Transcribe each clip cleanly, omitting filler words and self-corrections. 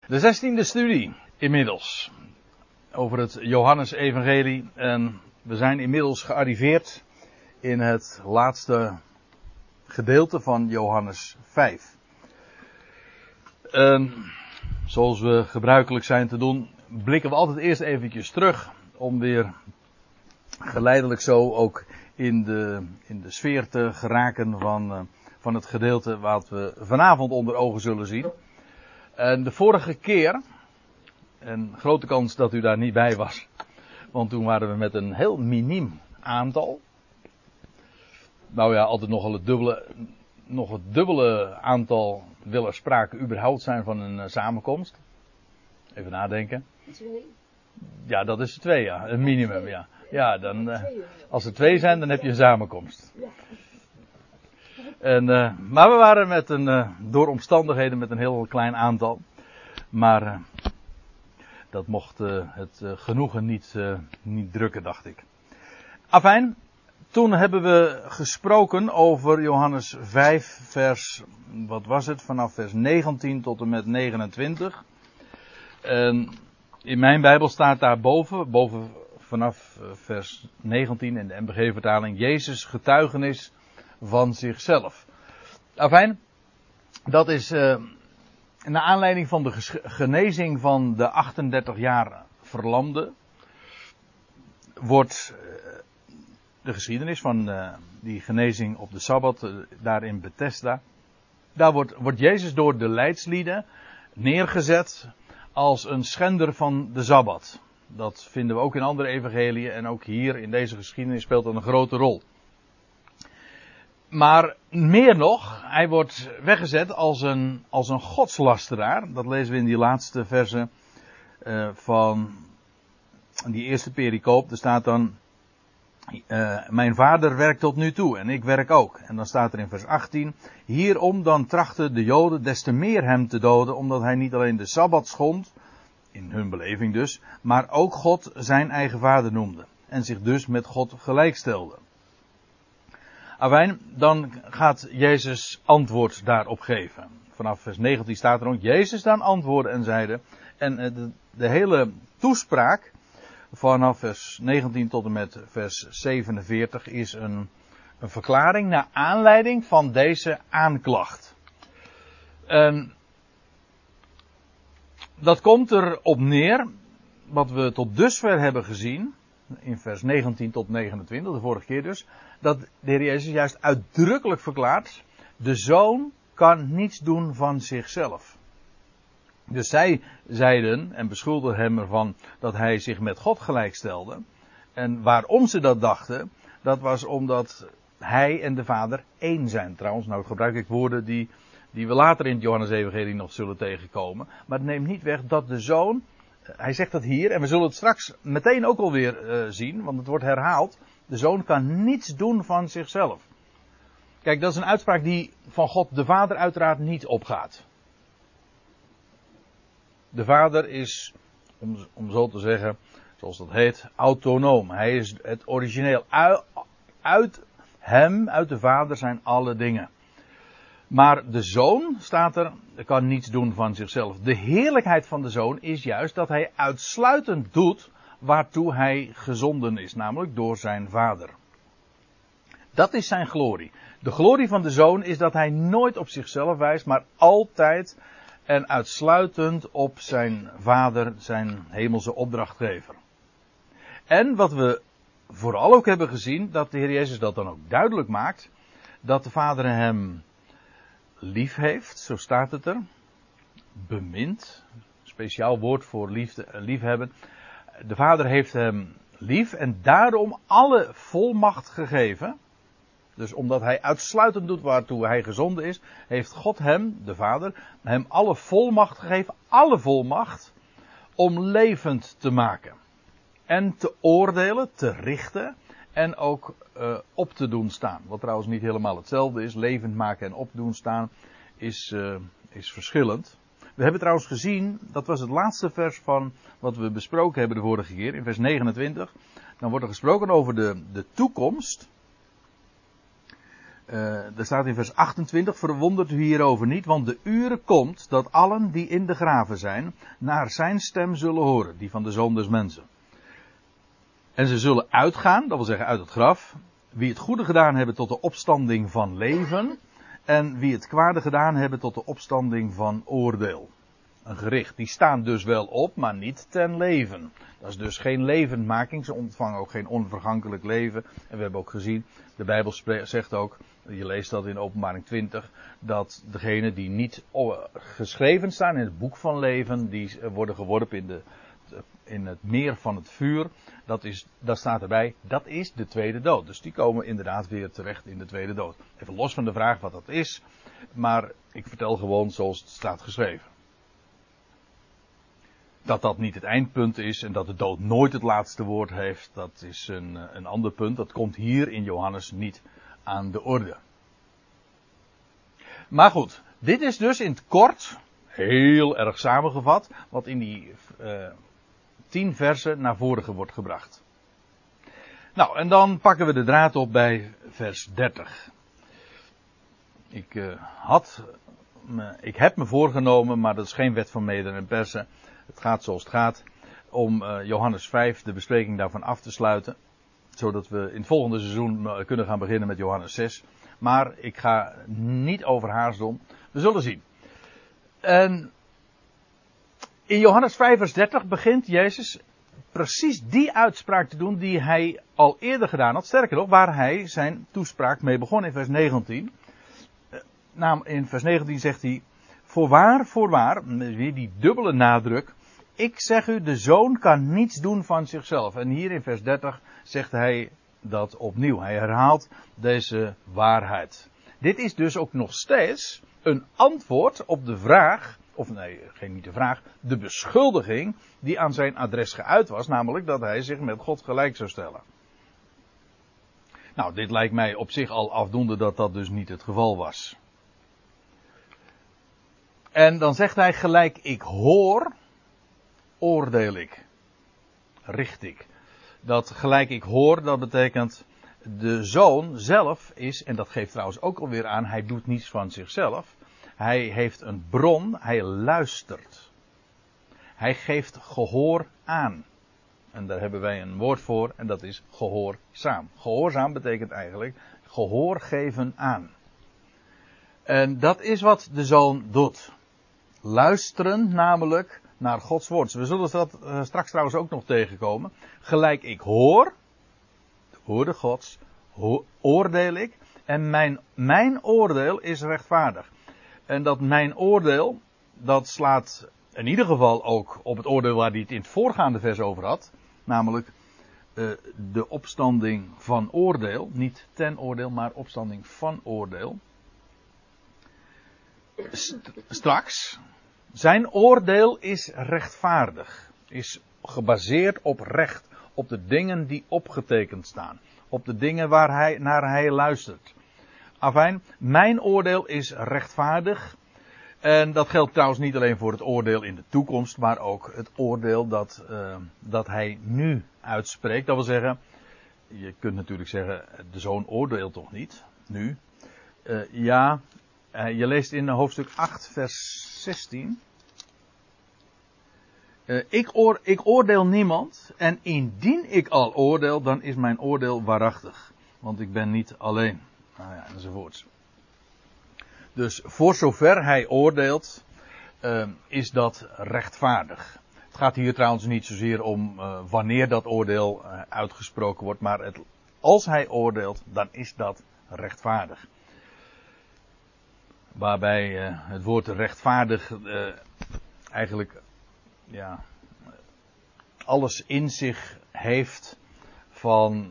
De 16e studie inmiddels over het Johannes-evangelie en we zijn inmiddels gearriveerd in het laatste gedeelte van Johannes 5. Zoals we gebruikelijk zijn te doen, blikken we altijd eerst eventjes terug om weer geleidelijk zo ook in de sfeer te geraken van het gedeelte wat we vanavond onder ogen zullen zien. En de vorige keer, en grote kans dat u daar niet bij was, want toen waren we met een heel miniem aantal. Nou ja, altijd nog het dubbele aantal wil er sprake überhaupt zijn van een samenkomst. Even nadenken. 2. Ja, dat is 2, ja. Een minimum, ja. Ja, dan, als er 2 zijn, dan heb je een samenkomst. Maar we waren door omstandigheden met een heel klein aantal. Maar dat mocht het genoegen niet drukken, dacht ik. Afijn, toen hebben we gesproken over Johannes 5 vers, wat was het, vanaf vers 19 tot en met 29. In mijn Bijbel staat daar boven vanaf vers 19 in de MBG-vertaling, Jezus' getuigenis van zichzelf. Afijn, dat is naar aanleiding van de genezing van de 38 jaar verlamde, wordt de geschiedenis van die genezing op de Sabbat, daar in Bethesda, daar wordt Jezus door de leidslieden neergezet als een schender van de Sabbat. Dat vinden we ook in andere evangeliën en ook hier in deze geschiedenis speelt dat een grote rol. Maar meer nog, hij wordt weggezet als een godslasteraar. Dat lezen we in die laatste verse van die eerste pericoop. Er staat dan, mijn vader werkt tot nu toe en ik werk ook. En dan staat er in vers 18, hierom dan trachten de Joden des te meer hem te doden, omdat hij niet alleen de Sabbat schond, in hun beleving dus, maar ook God zijn eigen vader noemde. En zich dus met God gelijkstelde. Afijn, dan gaat Jezus antwoord daarop geven. Vanaf vers 19 staat er ook, Jezus dan antwoordde en zeide. En de hele toespraak vanaf vers 19 tot en met vers 47 is een verklaring naar aanleiding van deze aanklacht. Dat komt erop neer, wat we tot dusver hebben gezien, in vers 19 tot 29, de vorige keer dus, dat de Heer Jezus juist uitdrukkelijk verklaart, de Zoon kan niets doen van zichzelf. Dus zij zeiden en beschuldigden hem ervan dat hij zich met God gelijkstelde. En waarom ze dat dachten, dat was omdat hij en de Vader één zijn. Trouwens, nou gebruik ik woorden die we later in het Johannes-evangelie nog zullen tegenkomen. Maar het neemt niet weg dat de Zoon, hij zegt dat hier, en we zullen het straks meteen ook alweer zien, want het wordt herhaald. De Zoon kan niets doen van zichzelf. Kijk, dat is een uitspraak die van God de Vader uiteraard niet opgaat. De Vader is, om zo te zeggen, zoals dat heet, autonoom. Hij is het origineel. Uit hem, uit de Vader zijn alle dingen. Maar de Zoon, staat er, kan niets doen van zichzelf. De heerlijkheid van de Zoon is juist dat hij uitsluitend doet waartoe hij gezonden is, namelijk door zijn Vader. Dat is zijn glorie. De glorie van de Zoon is dat hij nooit op zichzelf wijst, maar altijd en uitsluitend op zijn Vader, zijn hemelse opdrachtgever. En wat we vooral ook hebben gezien, dat de Heer Jezus dat dan ook duidelijk maakt, dat de Vader hem lief heeft, zo staat het er, bemint, speciaal woord voor liefhebben. De Vader heeft hem lief en daarom alle volmacht gegeven. Dus omdat hij uitsluitend doet waartoe hij gezonden is, heeft God hem, de Vader, hem alle volmacht gegeven, alle volmacht, om levend te maken. En te oordelen, te richten en ook op te doen staan. Wat trouwens niet helemaal hetzelfde is. Levend maken en op doen staan is verschillend. We hebben trouwens gezien, dat was het laatste vers van wat we besproken hebben de vorige keer, in vers 29. Dan wordt er gesproken over de toekomst. Er staat in vers 28, verwondert u hierover niet, want de uren komt dat allen die in de graven zijn, naar zijn stem zullen horen, die van de Zoon des Mensen. En ze zullen uitgaan, dat wil zeggen uit het graf, wie het goede gedaan hebben tot de opstanding van leven, en wie het kwade gedaan hebben tot de opstanding van oordeel. Een gericht. Die staan dus wel op, maar niet ten leven. Dat is dus geen levendmaking. Ze ontvangen ook geen onvergankelijk leven. En we hebben ook gezien, de Bijbel zegt ook, je leest dat in Openbaring 20, dat degenen die niet geschreven staan in het boek van leven, die worden geworpen in het meer van het vuur. Dat staat erbij, dat is de tweede dood. Dus die komen inderdaad weer terecht in de tweede dood. Even los van de vraag wat dat is, maar ik vertel gewoon zoals het staat geschreven. Dat dat niet het eindpunt is en dat de dood nooit het laatste woord heeft, dat is een ander punt. Dat komt hier in Johannes niet aan de orde. Maar goed, dit is dus in het kort, heel erg samengevat, wat in die 10 versen naar voren wordt gebracht. Nou, en dan pakken we de draad op bij vers 30. Ik heb me voorgenomen, maar dat is geen wet van mede en persen. Het gaat zoals het gaat, om Johannes 5, de bespreking daarvan af te sluiten. Zodat we in het volgende seizoen kunnen gaan beginnen met Johannes 6. Maar ik ga niet overhaast doen. We zullen zien. En in Johannes 5 vers 30 begint Jezus precies die uitspraak te doen die hij al eerder gedaan had. Sterker nog, waar hij zijn toespraak mee begon in vers 19. In vers 19 zegt hij, voorwaar, weer die dubbele nadruk. Ik zeg u, de zoon kan niets doen van zichzelf. En hier in vers 30 zegt hij dat opnieuw. Hij herhaalt deze waarheid. Dit is dus ook nog steeds een antwoord op de vraag, of nee, niet de vraag, de beschuldiging die aan zijn adres geuit was. Namelijk dat hij zich met God gelijk zou stellen. Nou, dit lijkt mij op zich al afdoende dat dat dus niet het geval was. En dan zegt hij gelijk ik hoor, oordeel ik, richt ik. Dat gelijk ik hoor, dat betekent de zoon zelf is, en dat geeft trouwens ook alweer aan, hij doet niets van zichzelf. Hij heeft een bron, hij luistert. Hij geeft gehoor aan. En daar hebben wij een woord voor en dat is gehoorzaam. Gehoorzaam betekent eigenlijk gehoor geven aan. En dat is wat de zoon doet. Luisteren namelijk naar Gods woord. We zullen dat straks trouwens ook nog tegenkomen. Gelijk ik hoor, de woorden Gods, oordeel ik. En mijn oordeel is rechtvaardig. En dat mijn oordeel, dat slaat in ieder geval ook op het oordeel waar hij het in het voorgaande vers over had. Namelijk de opstanding van oordeel. Niet ten oordeel, maar opstanding van oordeel. Straks. Zijn oordeel is rechtvaardig. Is gebaseerd op recht. Op de dingen die opgetekend staan. Op de dingen waar naar hij luistert. Afijn, mijn oordeel is rechtvaardig. En dat geldt trouwens niet alleen voor het oordeel in de toekomst. Maar ook het oordeel dat hij nu uitspreekt. Dat wil zeggen, je kunt natuurlijk zeggen, de zoon oordeelt toch niet? Nu. Je leest in hoofdstuk 8 vers 16. Ik oordeel niemand. En indien ik al oordeel, dan is mijn oordeel waarachtig. Want ik ben niet alleen. Nou ja, enzovoorts. Dus voor zover hij oordeelt, is dat rechtvaardig. Het gaat hier trouwens niet zozeer om wanneer dat oordeel uitgesproken wordt. Maar als hij oordeelt, dan is dat rechtvaardig. Waarbij het woord rechtvaardig eigenlijk alles in zich heeft van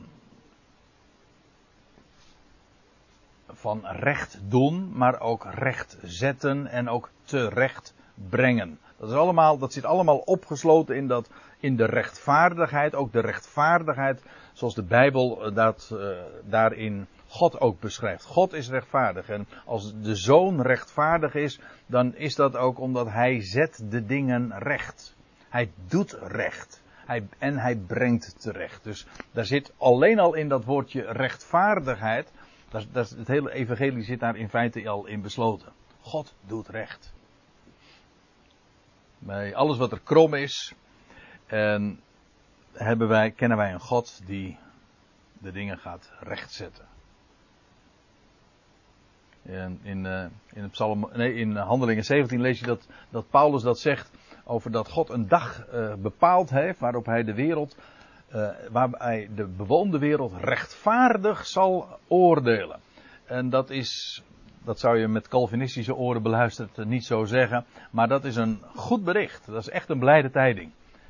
recht doen, maar ook recht zetten en ook terecht brengen. Dat zit allemaal opgesloten in de rechtvaardigheid, ook de rechtvaardigheid zoals de Bijbel daarin God ook beschrijft. God is rechtvaardig en als de zoon rechtvaardig is, dan is dat ook omdat hij zet de dingen recht. Hij doet recht. Hij brengt terecht. Dus daar zit alleen al in dat woordje rechtvaardigheid, Het hele evangelie zit daar in feite al in besloten. God doet recht. Bij alles wat er krom is, en kennen wij een God die de dingen gaat rechtzetten. En in Handelingen 17 lees je dat Paulus dat zegt over dat God een dag bepaald heeft waarop hij de wereld, waarbij de bewoonde wereld rechtvaardig zal oordelen. En dat zou je met Calvinistische oren beluisterd niet zo zeggen, maar dat is een goed bericht. Dat is echt een blijde tijding.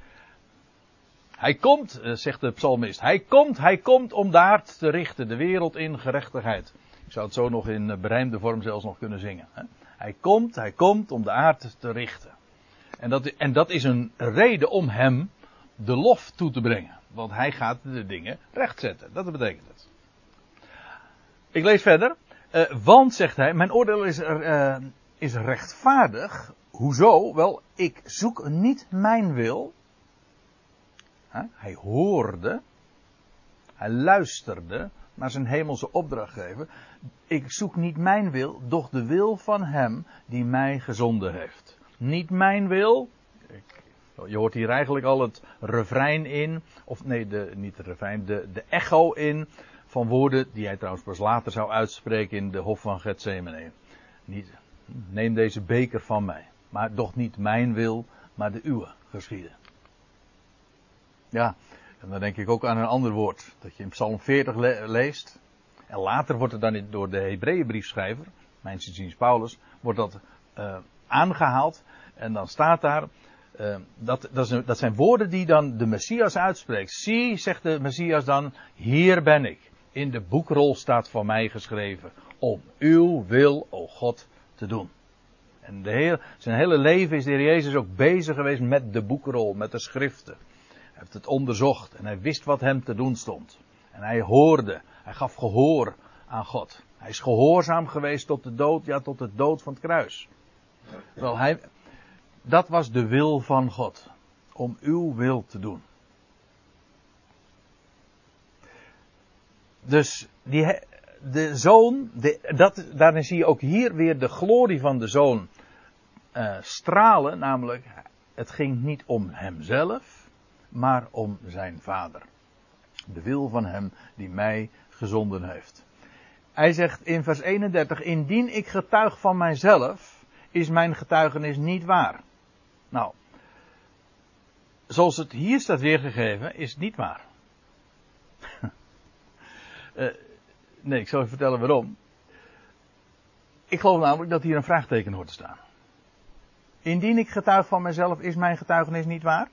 Hij komt, zegt de psalmist, hij komt om de aard te richten, de wereld in gerechtigheid. Ik zou het zo nog in berijmde vorm zelfs nog kunnen zingen. Hè? Hij komt om de aard te richten. En dat is een reden om hem de lof toe te brengen. Want hij gaat de dingen rechtzetten. Dat betekent het. Ik lees verder. Want, zegt hij, mijn oordeel is rechtvaardig. Hoezo? Wel, ik zoek niet mijn wil. Hij hoorde. Hij luisterde naar zijn hemelse opdrachtgever. Ik zoek niet mijn wil, doch de wil van hem die mij gezonden heeft. Niet mijn wil. Je hoort hier eigenlijk al het refrein in. Of nee, niet het refrein, de echo in. Van woorden die hij trouwens pas later zou uitspreken in de hof van Getsemane. Neem deze beker van mij. Maar doch niet mijn wil, maar de uwe geschieden. Ja, en dan denk ik ook aan een ander woord. Dat je in Psalm 40 leest. En later wordt het dan door de Hebreeënbriefschrijver, mijns inziens Paulus, wordt dat aangehaald. En dan staat daar, dat zijn woorden die dan de Messias uitspreekt. Zie, zegt de Messias dan, hier ben ik. In de boekrol staat van mij geschreven. Om uw wil, o God, te doen. En zijn hele leven is de Heer Jezus ook bezig geweest met de boekrol, met de schriften. Hij heeft het onderzocht en hij wist wat hem te doen stond. En hij hoorde, hij gaf gehoor aan God. Hij is gehoorzaam geweest tot de dood, ja tot de dood van het kruis. Wel, dat was de wil van God. Om uw wil te doen. Dus de zoon, daarin zie je ook hier weer de glorie van de zoon stralen. Namelijk, het ging niet om hemzelf, maar om zijn vader. De wil van hem die mij gezonden heeft. Hij zegt in vers 31, indien ik getuig van mijzelf, is mijn getuigenis niet waar. Nou, zoals het hier staat weergegeven, is het niet waar. Nee, ik zal je vertellen waarom. Ik geloof namelijk dat hier een vraagteken hoort te staan. Indien ik getuig van mijzelf, is mijn getuigenis niet waar?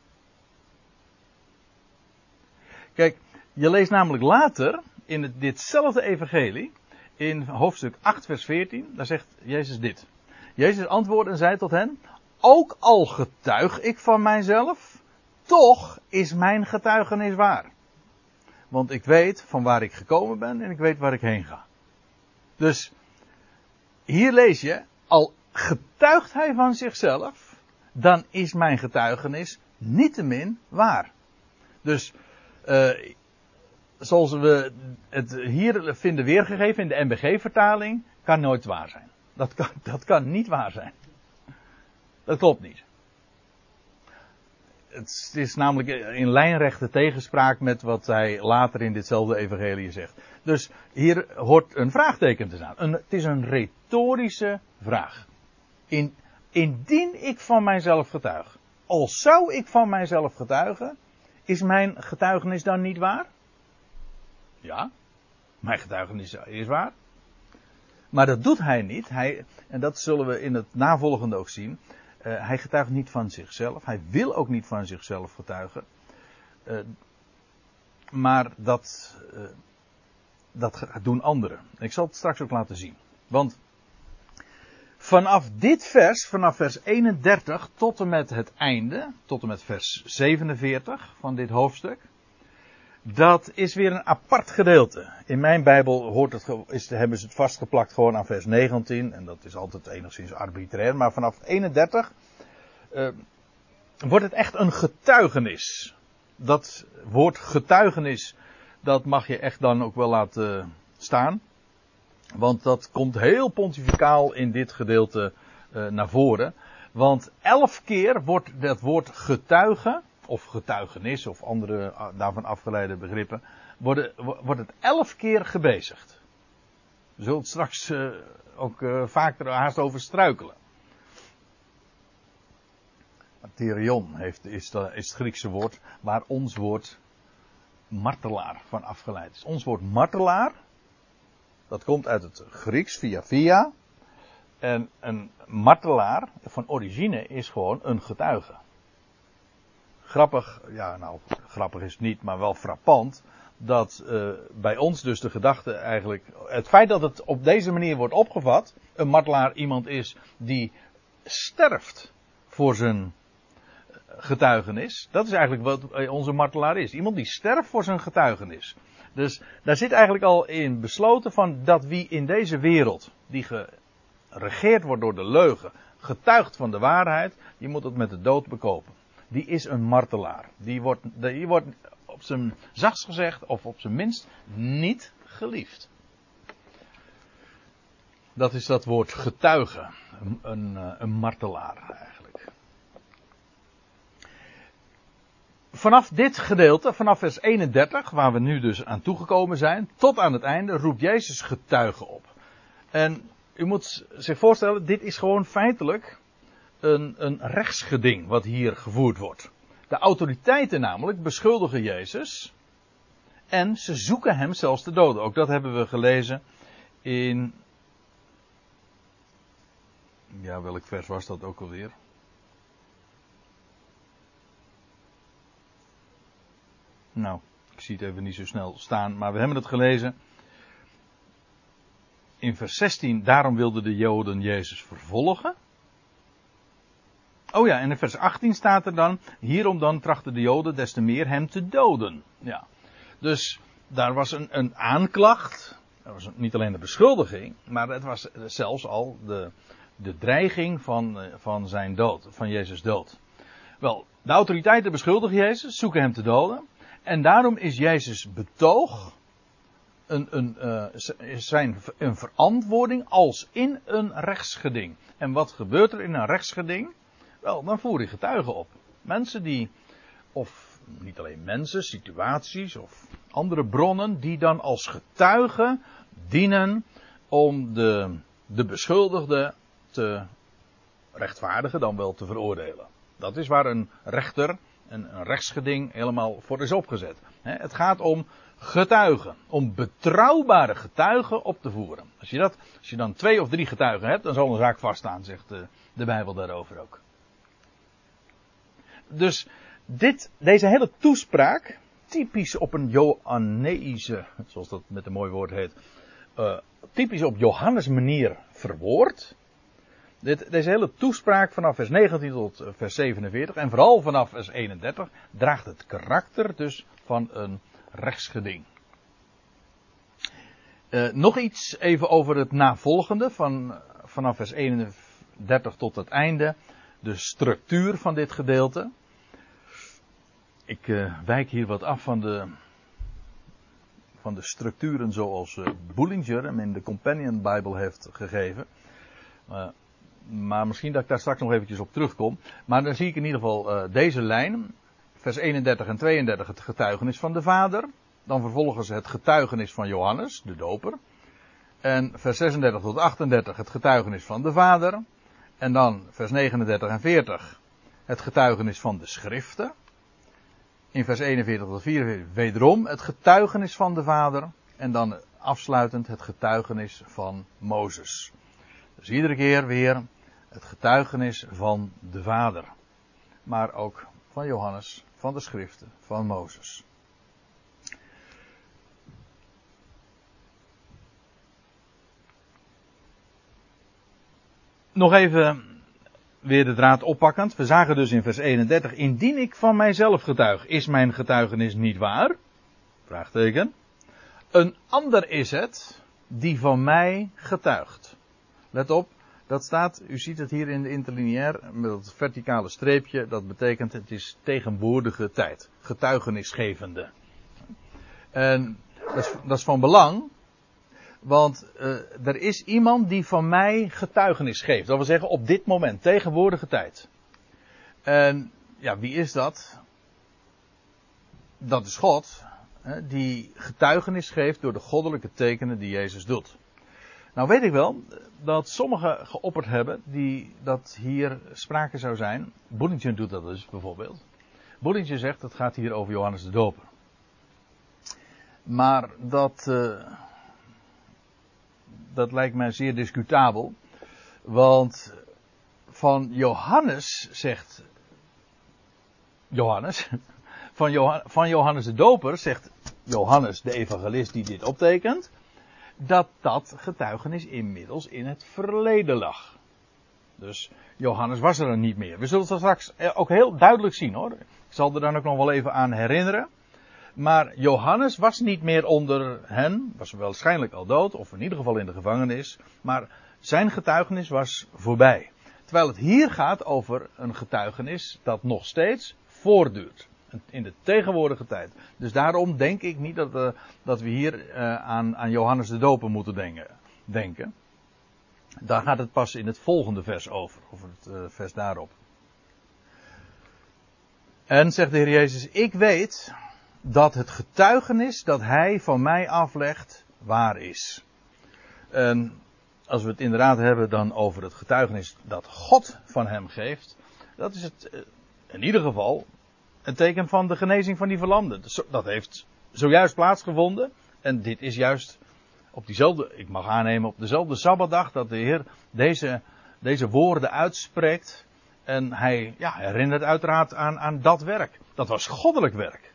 Kijk, je leest namelijk later in ditzelfde evangelie, in hoofdstuk 8 vers 14, daar zegt Jezus dit. Jezus antwoordde en zei tot hen, ook al getuig ik van mijzelf, toch is mijn getuigenis waar. Want ik weet van waar ik gekomen ben en ik weet waar ik heen ga. Dus hier lees je, al getuigt hij van zichzelf, dan is mijn getuigenis niettemin waar. Dus zoals we het hier vinden weergegeven in de NBG-vertaling, kan nooit waar zijn. Dat kan niet waar zijn. Dat klopt niet. Het is namelijk in lijnrechte tegenspraak met wat hij later in ditzelfde evangelie zegt. Dus hier hoort een vraagteken te staan. Het is een retorische vraag. Indien ik van mijzelf getuig, al zou ik van mijzelf getuigen, is mijn getuigenis dan niet waar? Ja, mijn getuigenis is waar. Maar dat doet hij niet. En dat zullen we in het navolgende ook zien. Hij getuigt niet van zichzelf. Hij wil ook niet van zichzelf getuigen. Maar dat doen anderen. Ik zal het straks ook laten zien. Want vanaf dit vers, vanaf vers 31 tot en met het einde, tot en met vers 47 van dit hoofdstuk, dat is weer een apart gedeelte. In mijn Bijbel hebben ze het vastgeplakt gewoon aan vers 19. En dat is altijd enigszins arbitrair. Maar vanaf 31 wordt het echt een getuigenis. Dat woord getuigenis, dat mag je echt dan ook wel laten staan. Want dat komt heel pontificaal in dit gedeelte naar voren. Want 11 keer wordt dat woord getuige, of getuigenis, of andere daarvan afgeleide begrippen, wordt het 11 keer gebezigd. Je zult straks ook vaak er haast over struikelen. Therion is het Griekse woord waar ons woord martelaar van afgeleid is. Ons woord martelaar, dat komt uit het Grieks via. En een martelaar van origine is gewoon een getuige. Grappig, grappig is het niet, maar wel frappant. Dat bij ons dus de gedachte eigenlijk, het feit dat het op deze manier wordt opgevat, een martelaar iemand is die sterft voor zijn getuigenis. Dat is eigenlijk wat onze martelaar is. Iemand die sterft voor zijn getuigenis. Dus daar zit eigenlijk al in besloten van dat wie in deze wereld, die geregeerd wordt door de leugen, getuigt van de waarheid, die moet het met de dood bekopen. Die is een martelaar. Die wordt op zijn zachtst gezegd, of op zijn minst, niet geliefd. Dat is dat woord getuige. Een martelaar eigenlijk. Vanaf dit gedeelte, vanaf vers 31, waar we nu dus aan toegekomen zijn, tot aan het einde, roept Jezus getuigen op. En u moet zich voorstellen, dit is gewoon feitelijk een rechtsgeding wat hier gevoerd wordt. De autoriteiten namelijk beschuldigen Jezus en ze zoeken hem zelfs te doden. Ook dat hebben we gelezen in... Ja, welk vers was dat ook alweer? Nou, ik zie het even niet zo snel staan, maar we hebben het gelezen. In vers 16, daarom wilden de Joden Jezus vervolgen. Oh ja, en in vers 18 staat er dan, hierom dan trachten de Joden des te meer hem te doden. Ja, dus daar was een aanklacht. Dat was niet alleen de beschuldiging, maar het was zelfs al de dreiging van zijn dood, van Jezus' dood. Wel, de autoriteiten beschuldigen Jezus, zoeken hem te doden. En daarom is Jezus betoog een verantwoording als in een rechtsgeding. En wat gebeurt er in een rechtsgeding? Wel, dan voer je getuigen op. Mensen die, of niet alleen mensen, situaties of andere bronnen, die dan als getuigen dienen om de beschuldigde te rechtvaardigen, dan wel te veroordelen. Dat is waar een rechter en een rechtsgeding helemaal voor is opgezet. Het gaat om getuigen, om betrouwbare getuigen op te voeren. Als je dan 2 of 3 getuigen hebt, dan zal een zaak vaststaan, zegt de Bijbel daarover ook. Dus deze hele toespraak, typisch op een Johanneïsche, zoals dat met een mooi woord heet, typisch op Johannes manier verwoord. Deze hele toespraak vanaf vers 19 tot vers 47 en vooral vanaf vers 31 draagt het karakter dus van een rechtsgeding. Nog iets even over het navolgende vanaf vers 31 tot het einde. De structuur van dit gedeelte. Ik wijk hier wat af van de structuren zoals Bullinger hem in de Companion Bible heeft gegeven. Maar misschien dat ik daar straks nog eventjes op terugkom. Maar dan zie ik in ieder geval deze lijn. Vers 31 en 32 het getuigenis van de Vader. Dan vervolgens het getuigenis van Johannes, de doper. En vers 36 tot 38 het getuigenis van de Vader. En dan vers 39 en 40 het getuigenis van de Schriften. In vers 41 tot 44 wederom het getuigenis van de Vader. En dan afsluitend het getuigenis van Mozes. Dus iedere keer weer het getuigenis van de Vader. Maar ook van Johannes, van de Schriften, van Mozes. Nog even weer de draad oppakkend. We zagen dus in vers 31. Indien ik van mijzelf getuig, is mijn getuigenis niet waar? Vraagteken. Een ander is het die van mij getuigt. Let op, dat staat, u ziet het hier in de interlineair met het verticale streepje. Dat betekent het is tegenwoordige tijd. Getuigenisgevende. En dat is van belang. Want er is iemand die van mij getuigenis geeft. Dat wil zeggen op dit moment, tegenwoordige tijd. En ja, wie is dat? Dat is God. Die getuigenis geeft door de goddelijke tekenen die Jezus doet. Nou weet ik wel dat sommigen geopperd hebben dat hier sprake zou zijn. Boelingen doet dat dus bijvoorbeeld. Boelingen zegt het gaat hier over Johannes de Doper. Maar dat lijkt mij zeer discutabel. Want van Johannes zegt Johannes. Van Johannes de Doper zegt Johannes de evangelist die dit optekent. Dat getuigenis inmiddels in het verleden lag. Dus Johannes was er dan niet meer. We zullen het straks ook heel duidelijk zien hoor. Ik zal er dan ook nog wel even aan herinneren. Maar Johannes was niet meer onder hen. Was waarschijnlijk al dood. Of in ieder geval in de gevangenis. Maar zijn getuigenis was voorbij. Terwijl het hier gaat over een getuigenis dat nog steeds voortduurt. In de tegenwoordige tijd. Dus daarom denk ik niet dat we hier aan Johannes de Doper moeten denken. Daar gaat het pas in het volgende vers over het vers daarop. En zegt de Heer Jezus, ik weet dat het getuigenis dat hij van mij aflegt waar is. En als we het inderdaad hebben dan over het getuigenis dat God van hem geeft, dat is het in ieder geval een teken van de genezing van die verlamden. Dat heeft zojuist plaatsgevonden. En dit is juist op diezelfde, ik mag aannemen, op dezelfde Sabbatdag dat de Heer deze woorden uitspreekt. En hij herinnert uiteraard aan dat werk. Dat was goddelijk werk.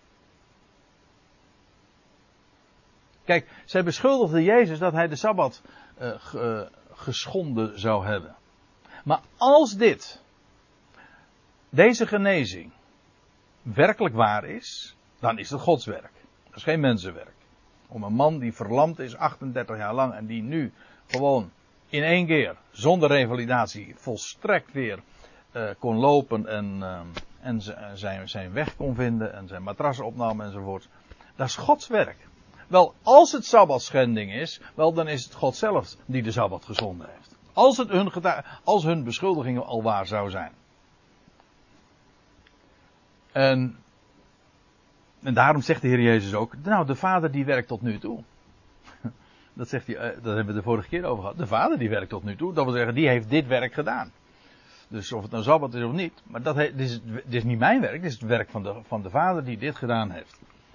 Kijk, zij beschuldigden Jezus dat hij de Sabbat geschonden zou hebben. Maar als deze genezing werkelijk waar is, dan is het Gods werk. Dat is geen mensenwerk. Om een man die verlamd is 38 jaar lang en die nu gewoon in één keer, zonder revalidatie, volstrekt weer kon lopen en zijn weg kon vinden en zijn matras opnam enzovoort. Dat is Gods werk. Wel, als het Sabbatschending is, wel dan is het God zelf die de Sabbat geschonden heeft. Als hun beschuldigingen al waar zou zijn. En daarom zegt de Heer Jezus ook, nou de Vader die werkt tot nu toe. Dat zegt hij, dat hebben we de vorige keer over gehad. De Vader die werkt tot nu toe, dat wil zeggen die heeft dit werk gedaan. Dus of het nou Sabbat is of niet, maar dit is niet mijn werk, dit is het werk van de Vader die dit gedaan heeft.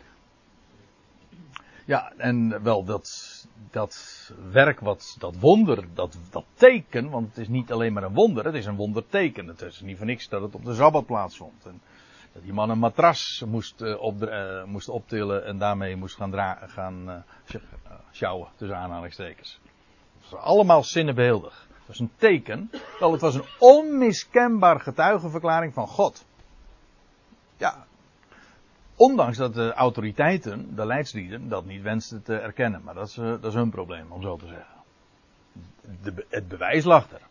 Ja, en wel dat werk, dat wonder, dat teken, want het is niet alleen maar een wonder, het is een wonderteken. Het is niet voor niks dat het op de Sabbat plaatsvond. En dat die man een matras moest optillen en daarmee moest gaan sjouwen, tussen aanhalingstekens. Dat was allemaal zinnebeeldig. Het was een teken, wel het was een onmiskenbaar getuigenverklaring van God. Ja. Ondanks dat de autoriteiten, de leidslieden, dat niet wensten te erkennen. Maar dat is hun probleem, om zo te zeggen. Het bewijs lag er.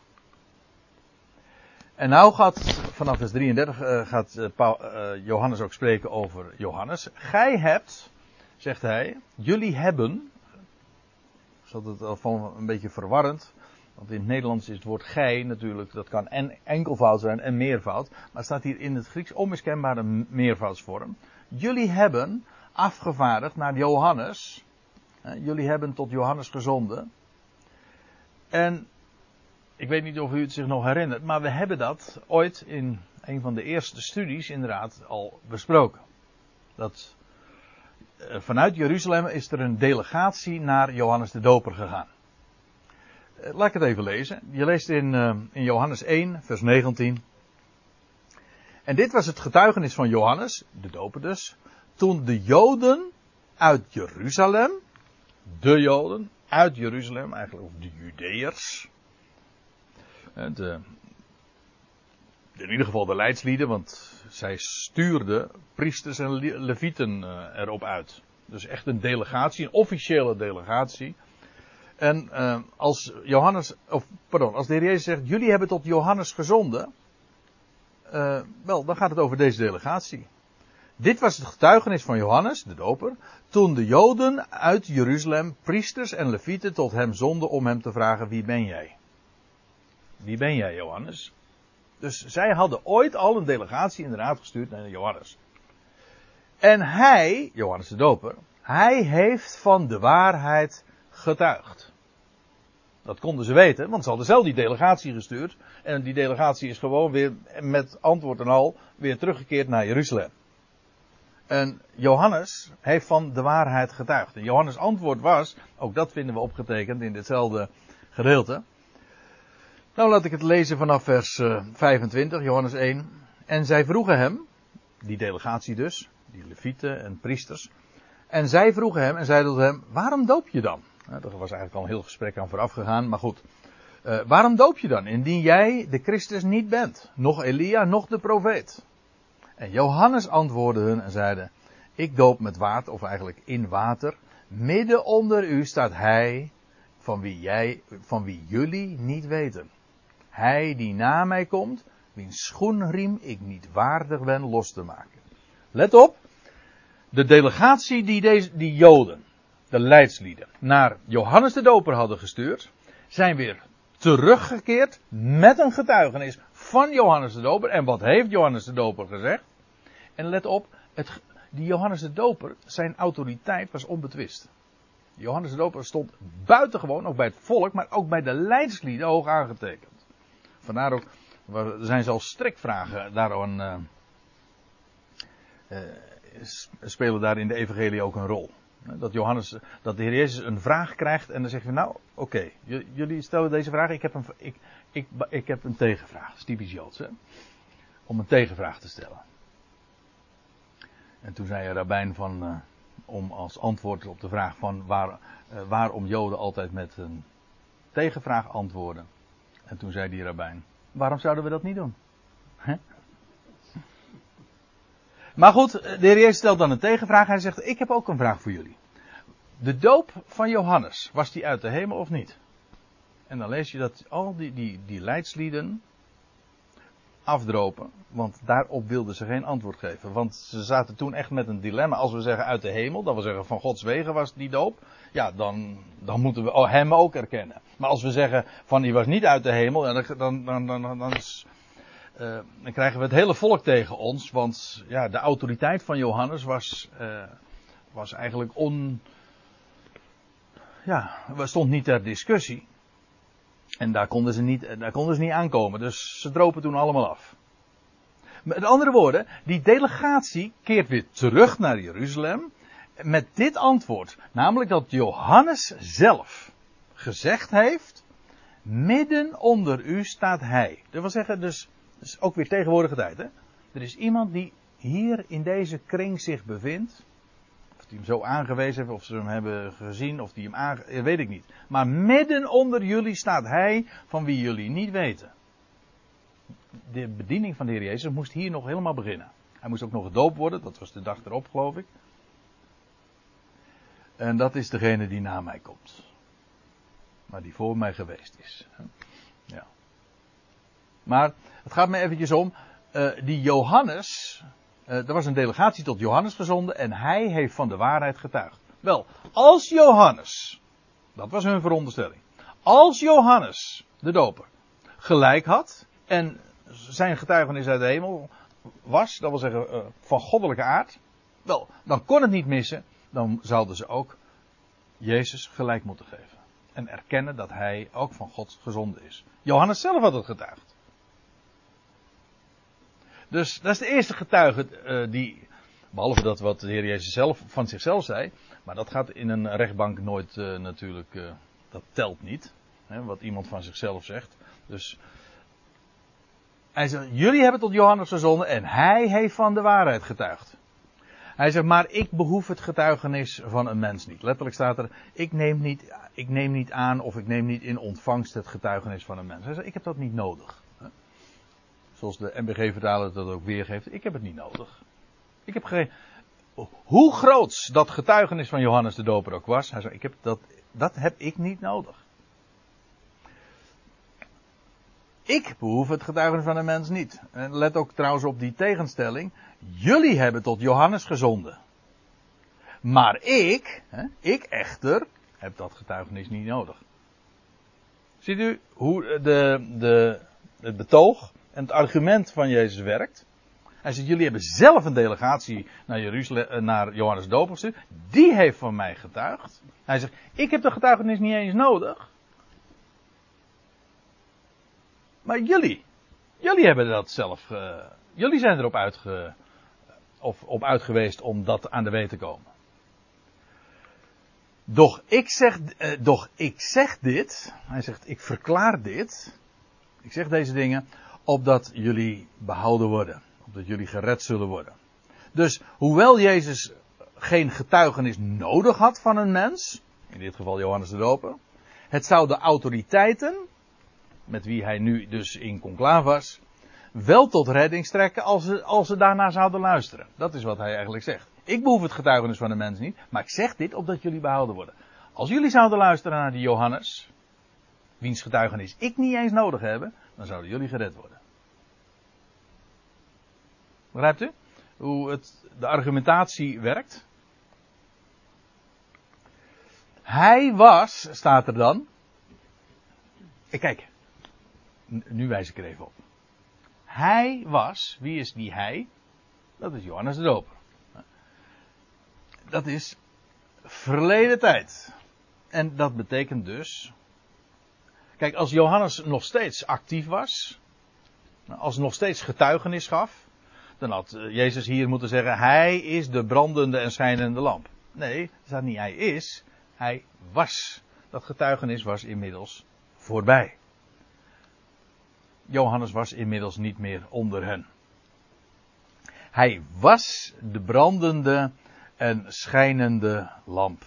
En nou gaat, vanaf vers 33, Johannes ook spreken over Johannes. Gij hebt, zegt hij, jullie hebben. Is altijd van een beetje verwarrend. Want in het Nederlands is het woord gij natuurlijk, dat kan enkelvoud zijn en meervoud. Maar het staat hier in het Grieks onmiskenbare meervoudsvorm. Jullie hebben afgevaardigd naar Johannes. Jullie hebben tot Johannes gezonden. En ik weet niet of u het zich nog herinnert, maar we hebben dat ooit in een van de eerste studies inderdaad al besproken. Dat vanuit Jeruzalem is er een delegatie naar Johannes de Doper gegaan. Laat ik het even lezen. Je leest in Johannes 1, vers 19. En dit was het getuigenis van Johannes, de Doper dus, toen de Joden uit Jeruzalem, eigenlijk, of de Judeërs, in ieder geval de leidslieden, want zij stuurden priesters en levieten erop uit. Dus echt een delegatie, een officiële delegatie. En als de Heer Jezus zegt, jullie hebben tot Johannes gezonden, wel, dan gaat het over deze delegatie. Dit was het getuigenis van Johannes, de doper, toen de Joden uit Jeruzalem, priesters en levieten, tot hem zonden om hem te vragen, wie ben jij? Wie ben jij, Johannes? Dus zij hadden ooit al een delegatie inderdaad gestuurd naar Johannes. En hij, Johannes de doper, hij heeft van de waarheid getuigd. Dat konden ze weten, want ze hadden zelf die delegatie gestuurd. En die delegatie is gewoon weer met antwoord en al weer teruggekeerd naar Jeruzalem. En Johannes heeft van de waarheid getuigd. En Johannes' antwoord was, ook dat vinden we opgetekend in ditzelfde gedeelte. Nou laat ik het lezen vanaf vers 25, Johannes 1. En zij vroegen hem, die delegatie dus, die levieten en priesters. En zij vroegen hem en zeiden tot hem, waarom doop je dan? Nou, er was eigenlijk al een heel gesprek aan vooraf gegaan, maar goed. Waarom doop je dan, indien jij de Christus niet bent? Nog Elia, nog de profeet. En Johannes antwoordde hun en zeide, ik doop met water, of eigenlijk in water. Midden onder u staat hij, van wie jullie niet weten. Hij die na mij komt, wiens schoenriem ik niet waardig ben los te maken. Let op, de delegatie die Joden, de leidslieden, naar Johannes de Doper hadden gestuurd, zijn weer teruggekeerd met een getuigenis van Johannes de Doper. En wat heeft Johannes de Doper gezegd? En let op, die Johannes de Doper, zijn autoriteit was onbetwist. Johannes de Doper stond buitengewoon, ook bij het volk, maar ook bij de leidslieden hoog aangetekend. Vandaar ook, er zijn zelfs strikvragen daaraan, spelen daar in de evangelie ook een rol. Dat de Heer Jezus een vraag krijgt en dan zegt hij, nou oké, jullie stellen deze vraag, ik heb een tegenvraag. Dat is typisch Joods, hè? Om een tegenvraag te stellen. En toen zei Rabbijn om als antwoord op de vraag van waarom Joden altijd met een tegenvraag antwoorden. En toen zei die Rabbijn, waarom zouden we dat niet doen? Hè? Maar goed, de Heer Jezus stelt dan een tegenvraag. Hij zegt, ik heb ook een vraag voor jullie. De doop van Johannes, was die uit de hemel of niet? En dan lees je dat al die leidslieden afdropen. Want daarop wilden ze geen antwoord geven. Want ze zaten toen echt met een dilemma. Als we zeggen uit de hemel, dat wil zeggen van Gods wegen was die doop. Ja, dan moeten we hem ook erkennen. Maar als we zeggen van die was niet uit de hemel, dan krijgen we het hele volk tegen ons. Want ja, de autoriteit van Johannes was eigenlijk stond niet ter discussie. En daar konden ze niet aankomen. Dus ze dropen toen allemaal af. Met andere woorden, die delegatie keert weer terug naar Jeruzalem. Met dit antwoord. Namelijk dat Johannes zelf gezegd heeft. Midden onder u staat hij. Dat wil zeggen, dus ook weer tegenwoordige tijd. Hè? Er is iemand die hier in deze kring zich bevindt. Of die hem zo aangewezen heeft, of ze hem hebben gezien, of die hem weet ik niet. Maar midden onder jullie staat hij van wie jullie niet weten. De bediening van de Heer Jezus moest hier nog helemaal beginnen. Hij moest ook nog gedoopt worden, dat was de dag erop geloof ik. En dat is degene die na mij komt. Maar die voor mij geweest is. Ja. Maar het gaat me eventjes om, die Johannes, er was een delegatie tot Johannes gezonden en hij heeft van de waarheid getuigd. Wel, als Johannes, dat was hun veronderstelling, als Johannes de doper gelijk had en zijn getuigenis uit de hemel was, dat wil zeggen van goddelijke aard, wel, dan kon het niet missen, dan zouden ze ook Jezus gelijk moeten geven. En erkennen dat hij ook van God gezonden is. Johannes zelf had het getuigd. Dus dat is de eerste getuige die, behalve dat wat de Heer Jezus zelf van zichzelf zei, maar dat gaat in een rechtbank nooit natuurlijk, dat telt niet, hè, wat iemand van zichzelf zegt. Dus hij zegt, jullie hebben tot Johannes gezonden en hij heeft van de waarheid getuigd. Hij zegt, maar ik behoef het getuigenis van een mens niet. Letterlijk staat er, ik neem niet aan of ik neem niet in ontvangst het getuigenis van een mens. Hij zegt, ik heb dat niet nodig. Zoals de NBG-vertaler dat ook weergeeft, ik heb het niet nodig. Ik heb geen... Hoe groot dat getuigenis van Johannes de Doper ook was, hij zei, dat heb ik niet nodig. ik behoef het getuigenis van een mens niet. En let ook trouwens op die tegenstelling. Jullie hebben tot Johannes gezonden. Maar ik echter, heb dat getuigenis niet nodig. Ziet u hoe het betoog en het argument van Jezus werkt? Hij zegt, jullie hebben zelf een delegatie naar Johannes de Doper gestuurd. Die heeft van mij getuigd. Hij zegt, ik heb de getuigenis niet eens nodig. Maar jullie hebben dat zelf, jullie zijn erop op uit geweest om dat aan de weet te komen. Doch ik zeg dit, hij zegt, ik verklaar dit, ik zeg deze dingen, opdat jullie behouden worden, opdat jullie gered zullen worden. Dus, hoewel Jezus geen getuigenis nodig had van een mens, in dit geval Johannes de Doper, het zou de autoriteiten, met wie hij nu dus in conclave was, wel tot redding strekken als ze daarna zouden luisteren. Dat is wat hij eigenlijk zegt. Ik behoef het getuigenis van de mens niet, maar ik zeg dit opdat jullie behouden worden. Als jullie zouden luisteren naar die Johannes, wiens getuigenis ik niet eens nodig heb, dan zouden jullie gered worden. Begrijpt u? Hoe de argumentatie werkt? Hij was, staat er dan. Kijk, nu wijs ik er even op. Hij was, wie is die hij? Dat is Johannes de Doper. Dat is verleden tijd. En dat betekent dus. Kijk, als Johannes nog steeds actief was. Als nog steeds getuigenis gaf. Dan had Jezus hier moeten zeggen. Hij is de brandende en schijnende lamp. Nee, er staat niet hij is. Hij was. Dat getuigenis was inmiddels voorbij. Johannes was inmiddels niet meer onder hen. Hij was de brandende en schijnende lamp.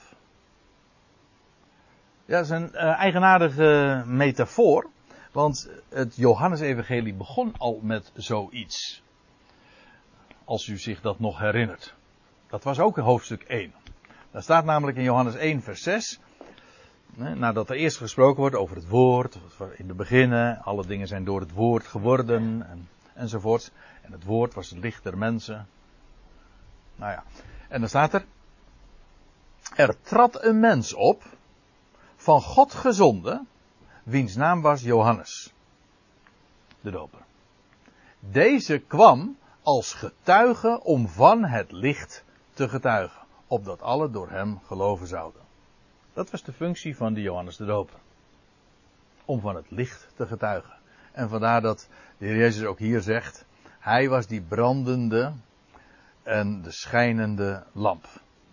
Ja, dat is een eigenaardige metafoor. Want het Johannesevangelie begon al met zoiets. Als u zich dat nog herinnert. Dat was ook hoofdstuk 1. Daar staat namelijk in Johannes 1 vers 6. Nadat er eerst gesproken wordt over het woord. In het begin, alle dingen zijn door het woord geworden. Enzovoort. En het woord was het licht der mensen. Nou ja. En dan staat er. Er trad een mens op. Van God gezonden. Wiens naam was Johannes. De Doper. Deze kwam als getuige om van het licht te getuigen. Opdat alle door hem geloven zouden. Dat was de functie van die Johannes de Doper. Om van het licht te getuigen. En vandaar dat de Heer Jezus ook hier zegt. Hij was die brandende en de schijnende lamp.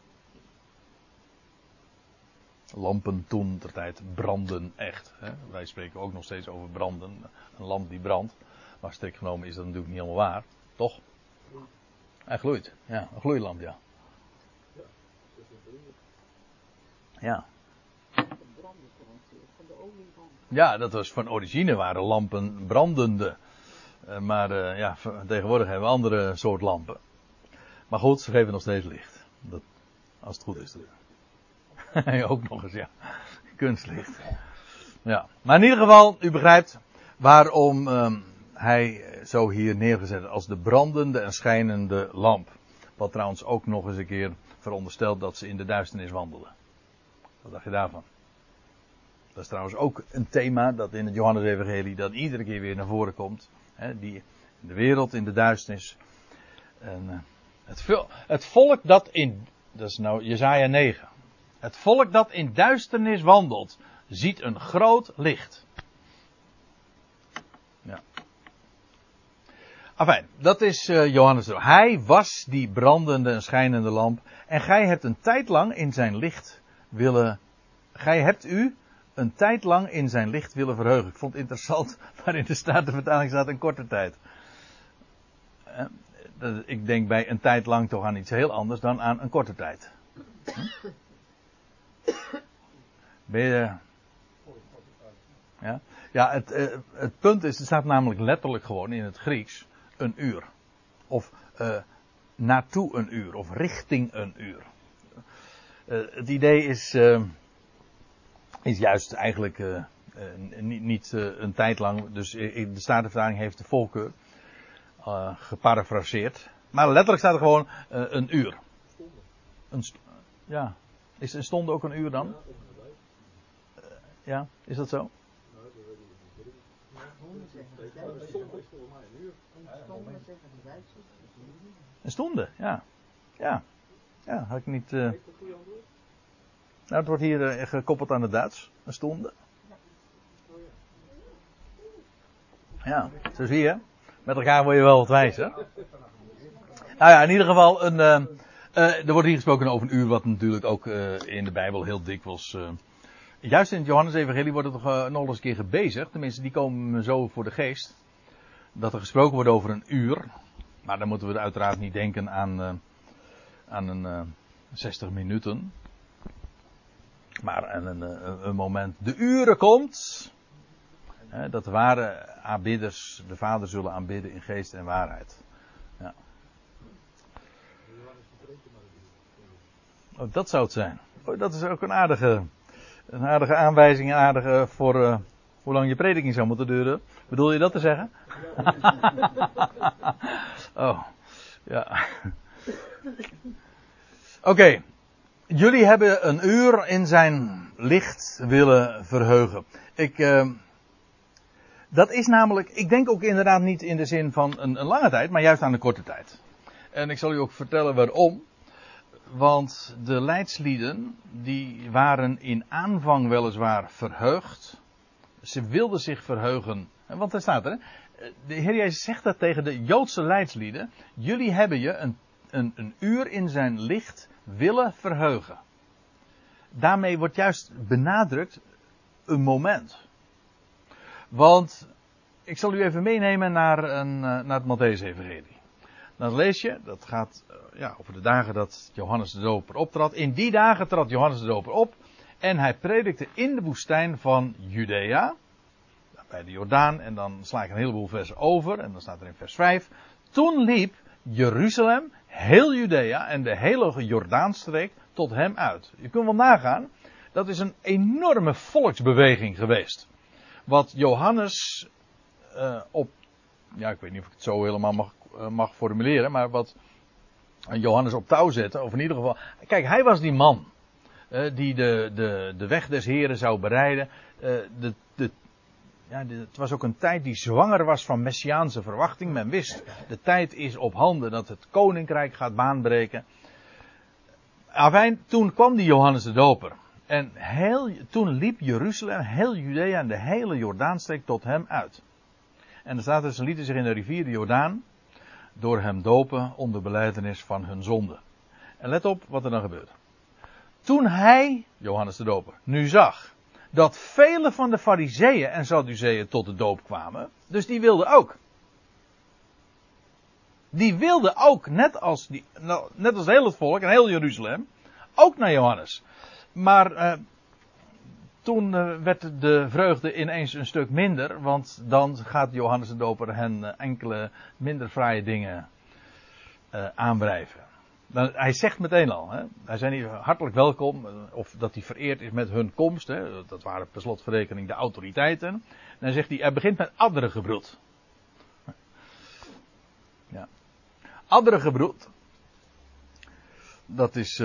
Lampen toen ter tijd branden echt. Hè? Wij spreken ook nog steeds over branden. Een lamp die brandt. Maar strikt genomen is dat natuurlijk niet helemaal waar. Toch? Hij gloeit. Ja, een gloeilamp, ja. Ja. Ja, dat was van origine waren lampen brandende. Maar ja, tegenwoordig hebben we andere soort lampen. Maar goed, ze geven nog steeds licht. Dat, als het goed is. Ook nog eens, ja. Kunstlicht. Ja. Maar in ieder geval, u begrijpt waarom hij zo hier neergezet als de brandende en schijnende lamp. Wat trouwens ook nog eens een keer veronderstelt dat ze in de duisternis wandelen. Wat dacht je daarvan? Dat is trouwens ook een thema dat in het Johannesevangelie dat iedere keer weer naar voren komt. Hè, die de wereld in de duisternis. En het volk dat is nou Jesaja 9. Het volk dat in duisternis wandelt, ziet een groot licht. Ja. Afijn, dat is Johannes. Hij was die brandende en schijnende lamp. En gij hebt een tijd lang in zijn licht willen. Gij hebt u een tijd lang in zijn licht willen verheugen. Ik vond het interessant, maar in de Statenvertaling staat een korte tijd. Ik denk bij een tijd lang toch aan iets heel anders dan aan een korte tijd. Ben je... Ja, het punt is, het staat namelijk letterlijk gewoon in het Grieks een uur. Of naartoe een uur, of richting een uur. Het idee is juist eigenlijk Niet een tijd lang. Dus de Statenvertaling heeft de voorkeur geparafraseerd. Maar letterlijk staat er gewoon een uur. Ja. Is een stonde ook een uur dan? Ja, is dat zo? Een stonde, ja. Ja, had ik niet... Nou, het wordt hier gekoppeld aan het Duits. Een stonde. Ja, zo zie je. Met elkaar word je wel wat wijzer. Nou ja, in ieder geval, er wordt hier gesproken over een uur, wat natuurlijk ook in de Bijbel heel dikwijls... juist in het Johannes-evangelie wordt het nog eens een keer gebezigd. Tenminste, die komen me zo voor de geest. Dat er gesproken wordt over een uur. Maar dan moeten we uiteraard niet denken aan een 60 minuten. Maar aan een moment. De uren komt. Dat de ware aanbidders de Vader zullen aanbidden in geest en waarheid. Ja. Oh, dat zou het zijn. Oh, dat is ook een aardige aanwijzing. Een aardige voor hoe lang je prediking zou moeten duren. Bedoel je dat te zeggen? Oh, ja. Oké. Jullie hebben een uur in zijn licht willen verheugen. Dat is namelijk, ik denk ook inderdaad niet in de zin van een lange tijd, maar juist aan een korte tijd. En ik zal u ook vertellen waarom. Want de leidslieden, die waren in aanvang weliswaar verheugd. Ze wilden zich verheugen. Want daar staat er, de Heer Jezus zegt dat tegen de Joodse leidslieden. Jullie hebben je een uur in zijn licht willen verheugen. Daarmee wordt juist benadrukt een moment. Want ik zal u even meenemen naar het Mattheüs-evangelie. Dan lees je, dat gaat over de dagen dat Johannes de Doper optrad. In die dagen trad Johannes de Doper op en hij predikte in de woestijn van Judea, bij de Jordaan, en dan sla ik een heleboel versen over en dan staat er in vers 5. Toen liep Jeruzalem, heel Judea en de hele Jordaanstreek tot hem uit. Je kunt wel nagaan, dat is een enorme volksbeweging geweest. Wat Johannes ik weet niet of ik het zo helemaal mag formuleren, maar wat Johannes op touw zette, of in ieder geval, kijk, hij was die man die de weg des Heren zou bereiden. Het was ook een tijd die zwanger was van messiaanse verwachting. Men wist, de tijd is op handen dat het koninkrijk gaat baanbreken. Afijn, toen kwam die Johannes de Doper. En toen liep Jeruzalem, heel Judea en de hele Jordaanstreek tot hem uit. En er staat dus, ze lieten zich in de rivier de Jordaan door hem dopen onder belijdenis van hun zonde. En let op wat er dan gebeurt. Toen hij, Johannes de Doper, nu zag dat vele van de Farizeeën en Sadduceeën tot de doop kwamen, dus die wilden ook. Die wilden ook, net als heel het volk en heel Jeruzalem, ook naar Johannes. Maar toen werd de vreugde ineens een stuk minder, want dan gaat Johannes de Doper hen enkele minder fraaie dingen aanwrijven. Hij zegt meteen al, hij zijn hier hartelijk welkom, of dat hij vereerd is met hun komst. Dat waren per slotverrekening de autoriteiten. En dan zegt hij begint met adderengebroed. Ja. Adderengebroed, dat is...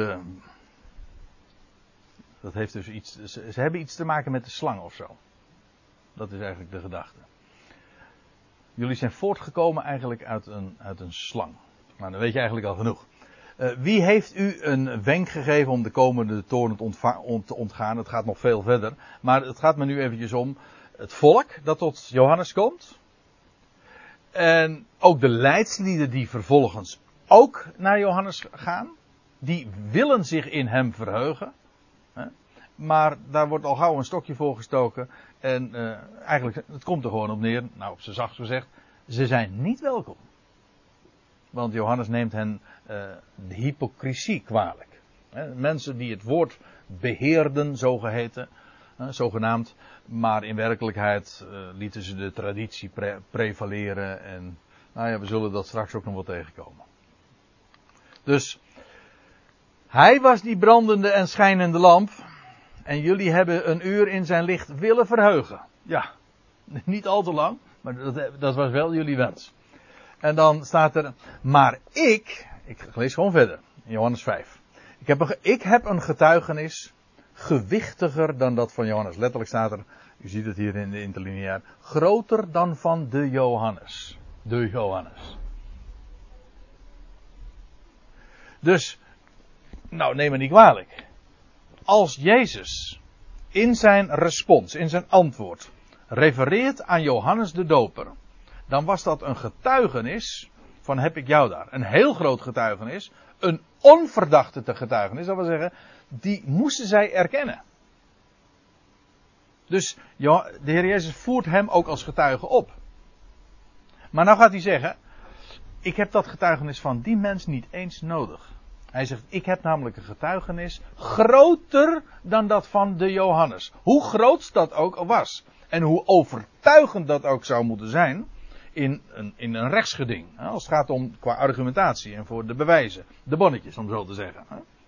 Dat heeft dus iets. Ze hebben iets te maken met de slang of zo. Dat is eigenlijk de gedachte. Jullie zijn voortgekomen eigenlijk uit een slang. Maar dan weet je eigenlijk al genoeg. Wie heeft u een wenk gegeven om de komende toorn te ontgaan? Het gaat nog veel verder. Maar het gaat me nu eventjes om het volk dat tot Johannes komt. En ook de leidslieden die vervolgens ook naar Johannes gaan. Die willen zich in hem verheugen. Maar daar wordt al gauw een stokje voor gestoken. En eigenlijk, het komt er gewoon op neer, nou op z'n zacht gezegd, ze zijn niet welkom. Want Johannes neemt hen de hypocrisie kwalijk. Mensen die het woord beheerden, zogeheten, zogenaamd. Maar in werkelijkheid lieten ze de traditie prevaleren. En we zullen dat straks ook nog wel tegenkomen. Dus hij was die brandende en schijnende lamp. En jullie hebben een uur in zijn licht willen verheugen. Ja, niet al te lang, maar dat was wel jullie wens. En dan staat er, maar ik lees gewoon verder, in Johannes 5. Ik heb een getuigenis gewichtiger dan dat van Johannes. Letterlijk staat er, u ziet het hier in de interlineair, groter dan van de Johannes. De Johannes. Dus, nou neem me niet kwalijk. Als Jezus in zijn respons, in zijn antwoord, refereert aan Johannes de Doper, dan was dat een getuigenis van heb ik jou daar. Een heel groot getuigenis, een onverdachte getuigenis, dat wil zeggen, die moesten zij erkennen. Dus ja, de Heer Jezus voert hem ook als getuige op. Maar nou gaat hij zeggen, ik heb dat getuigenis van die mens niet eens nodig. Hij zegt, ik heb namelijk een getuigenis groter dan dat van de Johannes. Hoe groot dat ook was. En hoe overtuigend dat ook zou moeten zijn in een rechtsgeding. Als het gaat om qua argumentatie en voor de bewijzen. De bonnetjes, om zo te zeggen.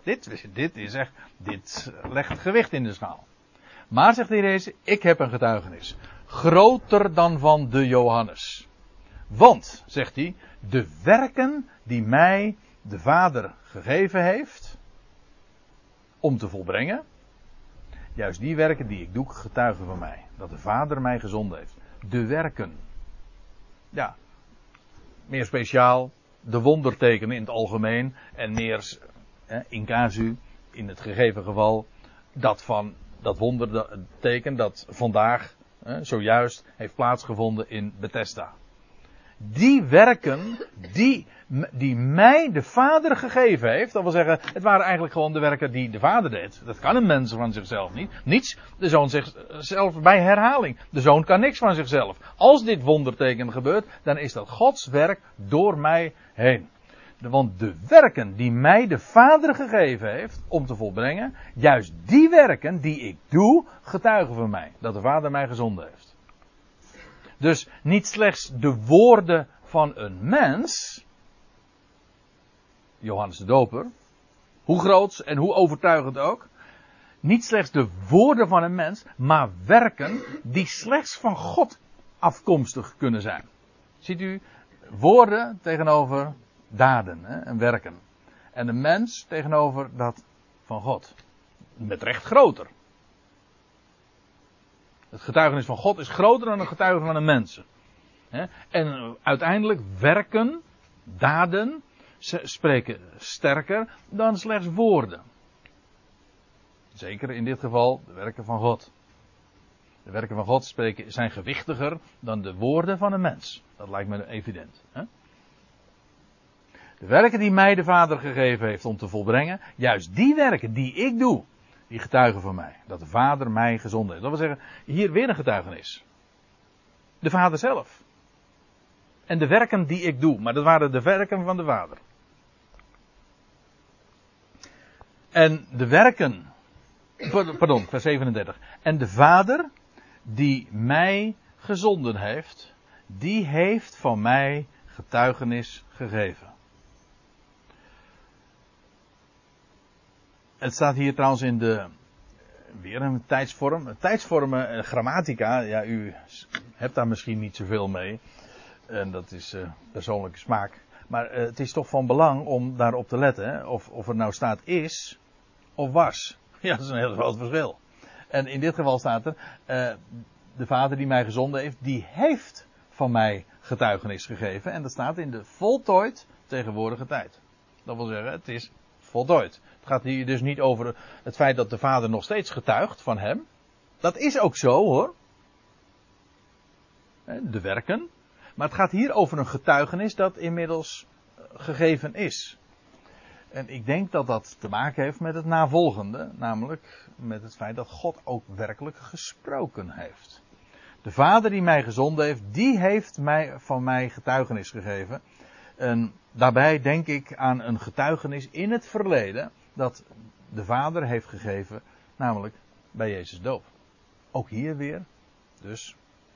Dit legt gewicht in de schaal. Maar, zegt de Heer Jezus, ik heb een getuigenis. Groter dan van de Johannes. Want, zegt hij, de werken die mij de Vader gegeven heeft om te volbrengen, juist die werken die ik doe, getuigen van mij. Dat de Vader mij gezonden heeft. De werken. Ja, meer speciaal, de wondertekenen in het algemeen en meer in casu, in het gegeven geval, dat wonderteken dat vandaag, zojuist, heeft plaatsgevonden in Bethesda. Die werken, die mij de Vader gegeven heeft. Dat wil zeggen, het waren eigenlijk gewoon de werken die de Vader deed. Dat kan een mens van zichzelf niet. Niets. De Zoon zichzelf bij herhaling. De Zoon kan niks van zichzelf. Als dit wonderteken gebeurt, dan is dat Gods werk door mij heen. Want de werken die mij de Vader gegeven heeft om te volbrengen, juist die werken die ik doe, getuigen van mij. Dat de Vader mij gezonden heeft. Dus niet slechts de woorden van een mens, Johannes de Doper, hoe groot en hoe overtuigend ook, niet slechts de woorden van een mens, maar werken die slechts van God afkomstig kunnen zijn. Ziet u, woorden tegenover daden en werken. En de mens tegenover dat van God. Met recht groter. Het getuigenis van God is groter dan het getuigenis van een mens. En uiteindelijk werken, daden, spreken sterker dan slechts woorden. Zeker in dit geval de werken van God. De werken van God zijn gewichtiger dan de woorden van een mens. Dat lijkt me evident. De werken die mij de Vader gegeven heeft om te volbrengen, juist die werken die ik doe, die getuigen van mij. Dat de Vader mij gezonden heeft. Dat wil zeggen, hier weer een getuigenis. De Vader zelf. En de werken die ik doe. Maar dat waren de werken van de Vader. En de werken. Pardon, vers 37. En de Vader die mij gezonden heeft, die heeft van mij getuigenis gegeven. Het staat hier trouwens in weer een tijdsvorm. Tijdsvormen, grammatica, ja, u hebt daar misschien niet zoveel mee. En dat is persoonlijke smaak. Maar het is toch van belang om daarop te letten. Hè? Of er nou staat is of was. Ja, dat is een heel groot verschil. En in dit geval staat er, de Vader die mij gezonden heeft, die heeft van mij getuigenis gegeven. En dat staat in de voltooid tegenwoordige tijd. Dat wil zeggen, het is voltooid. Het gaat hier dus niet over het feit dat de Vader nog steeds getuigt van hem. Dat is ook zo, hoor. De werken. Maar het gaat hier over een getuigenis dat inmiddels gegeven is. En ik denk dat dat te maken heeft met het navolgende. Namelijk met het feit dat God ook werkelijk gesproken heeft. De Vader die mij gezonden heeft, die heeft van mij getuigenis gegeven. En daarbij denk ik aan een getuigenis in het verleden dat de Vader heeft gegeven, namelijk bij Jezus doop. Ook hier weer, dus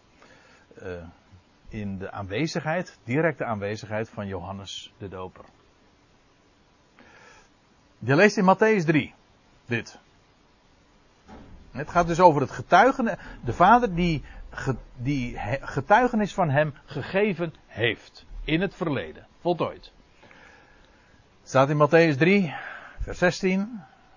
in de aanwezigheid, directe aanwezigheid van Johannes de Doper. Je leest in Mattheüs 3 dit. Het gaat dus over het getuigenis. De Vader die getuigenis van hem gegeven heeft. In het verleden. Voltooid. Het staat in Mattheüs 3, vers 16.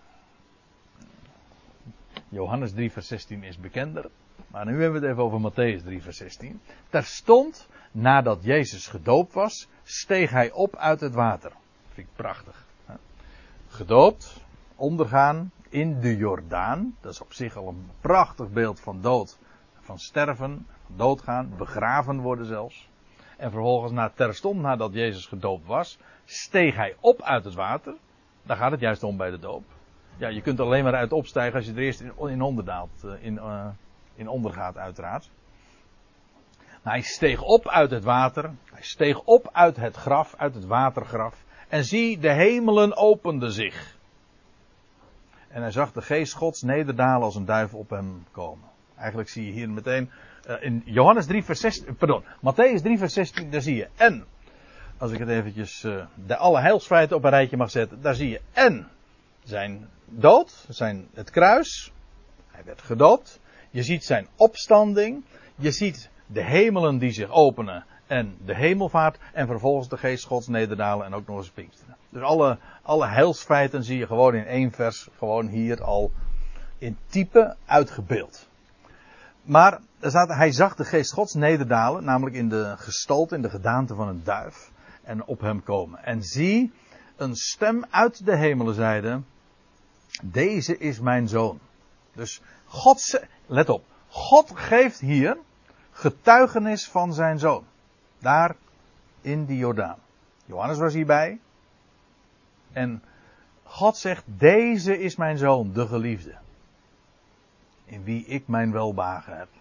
Johannes 3, vers 16 is bekender. Maar nu hebben we het even over Mattheüs 3, vers 16. Terstond, nadat Jezus gedoopt was, steeg hij op uit het water. Vind ik prachtig. Gedoopt, ondergaan in de Jordaan. Dat is op zich al een prachtig beeld van dood, van sterven, doodgaan, begraven worden zelfs. En vervolgens, terstond nadat Jezus gedoopt was, steeg hij op uit het water. Daar gaat het juist om bij de doop. Ja, je kunt er alleen maar uit opstijgen als je er eerst in onderdaalt, in ondergaat uiteraard. Maar hij steeg op uit het water. Hij steeg op uit het graf, uit het watergraf. En zie, de hemelen openden zich. En hij zag de geest Gods nederdalen als een duif op hem komen. Eigenlijk zie je hier meteen in Johannes 3 vers 16, Mattheüs 3 vers 16, daar zie je en. Als ik het eventjes alle heilsfeiten op een rijtje mag zetten, daar zie je en zijn dood, het kruis. Hij werd gedoopt. Je ziet zijn opstanding. Je ziet de hemelen die zich openen en de hemelvaart. En vervolgens de geest Gods nederdalen en ook nog eens Pinksteren. Dus alle heilsfeiten zie je gewoon in één vers, gewoon hier al in type uitgebeeld. Maar er staat, hij zag de geest Gods nederdalen, namelijk in de gestalte, in de gedaante van een duif. En op hem komen. En zie, een stem uit de hemelen zeide, deze is mijn zoon. Dus let op, God geeft hier getuigenis van zijn zoon. Daar in die Jordaan. Johannes was hierbij. En God zegt, deze is mijn zoon, de geliefde. In wie ik mijn welbehagen heb.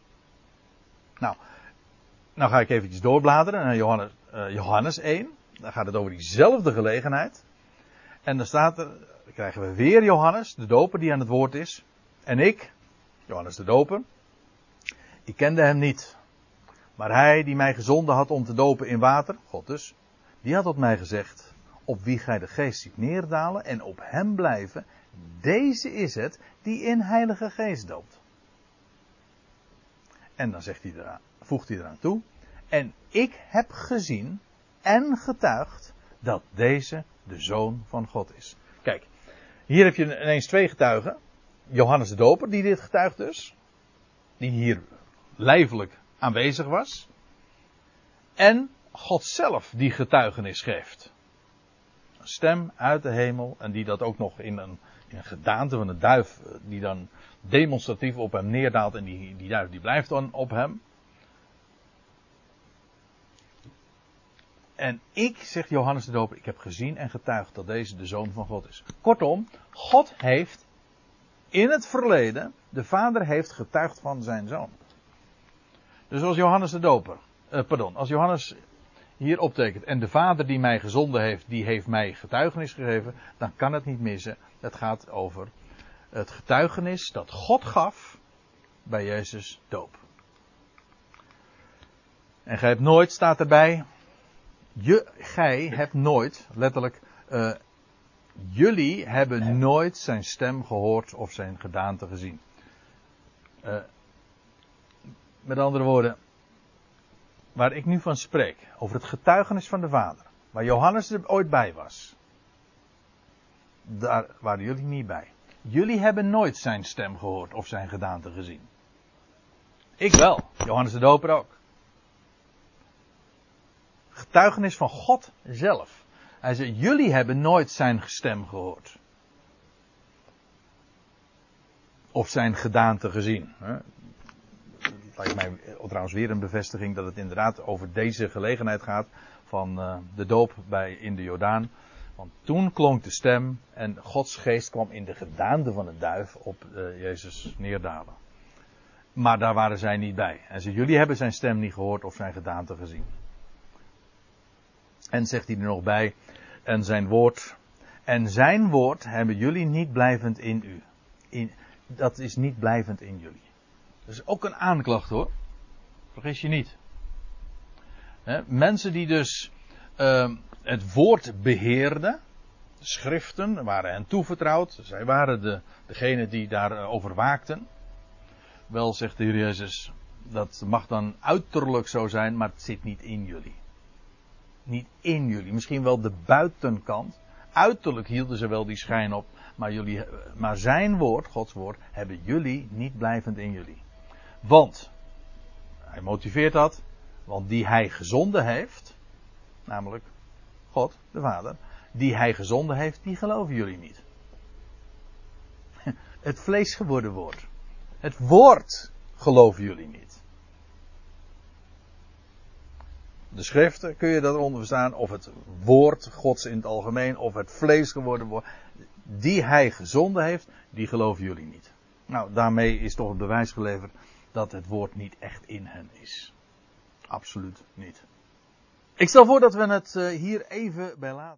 Nou ga ik eventjes doorbladeren naar Johannes 1. Dan gaat het over diezelfde gelegenheid. En dan dan krijgen we weer Johannes, de doper die aan het woord is. En ik, Johannes de doper, ik kende hem niet. Maar hij die mij gezonden had om te dopen in water, God dus, die had tot mij gezegd, op wie gij de geest ziet neerdalen en op hem blijven, deze is het die in Heilige Geest doopt. En dan voegt hij eraan toe, en ik heb gezien en getuigd dat deze de Zoon van God is. Kijk, hier heb je ineens twee getuigen. Johannes de Doper, die dit getuigt dus. Die hier lijfelijk aanwezig was. En God zelf die getuigenis geeft. Een stem uit de hemel. En die dat ook nog in een gedaante van een duif. Die dan demonstratief op hem neerdaalt. En die duif die blijft dan op hem. En ik, zegt Johannes de Doper, ik heb gezien en getuigd dat deze de Zoon van God is. Kortom, God heeft in het verleden, de Vader heeft getuigd van zijn Zoon. Dus als Johannes de Doper, als Johannes hier optekent en de Vader die mij gezonden heeft, die heeft mij getuigenis gegeven, dan kan het niet missen. Het gaat over het getuigenis dat God gaf bij Jezus doop. En gij hebt nooit, staat erbij, gij hebt nooit, letterlijk, jullie hebben nooit zijn stem gehoord of zijn gedaante gezien. Met andere woorden, waar ik nu van spreek, over het getuigenis van de Vader, waar Johannes er ooit bij was, daar waren jullie niet bij. Jullie hebben nooit zijn stem gehoord of zijn gedaante gezien. Ik wel, Johannes de Doper ook. Getuigenis van God zelf. Hij zei, jullie hebben nooit zijn stem gehoord. Of zijn gedaante gezien. Het lijkt mij trouwens weer een bevestiging dat het inderdaad over deze gelegenheid gaat van de doop in de Jordaan. Want toen klonk de stem en Gods geest kwam in de gedaante van een duif op Jezus neerdalen. Maar daar waren zij niet bij. En ze, jullie hebben zijn stem niet gehoord of zijn gedaante gezien. En zegt hij er nog bij, en zijn woord hebben jullie niet blijvend in u. Dat is niet blijvend in jullie. Dat is ook een aanklacht hoor. Vergis je niet. Mensen die dus het woord beheerden. De schriften waren hen toevertrouwd. Zij waren degene die daarover waakten. Wel, zegt de Heer Jezus, dat mag dan uiterlijk zo zijn, maar het zit niet in jullie. Niet in jullie. Misschien wel de buitenkant. Uiterlijk hielden ze wel die schijn op. Maar zijn woord, Gods woord, hebben jullie niet blijvend in jullie. Want, hij motiveert dat, want die hij gezonden heeft, namelijk God, de Vader, die hij gezonden heeft, die geloven jullie niet. Het vlees geworden woord. Het woord geloven jullie niet. De schriften, kun je daaronder verstaan, of het woord Gods in het algemeen, of het vlees geworden woord, die hij gezonden heeft, die geloven jullie niet. Nou, daarmee is toch het bewijs geleverd dat het woord niet echt in hen is. Absoluut niet. Ik stel voor dat we het hier even bij laten.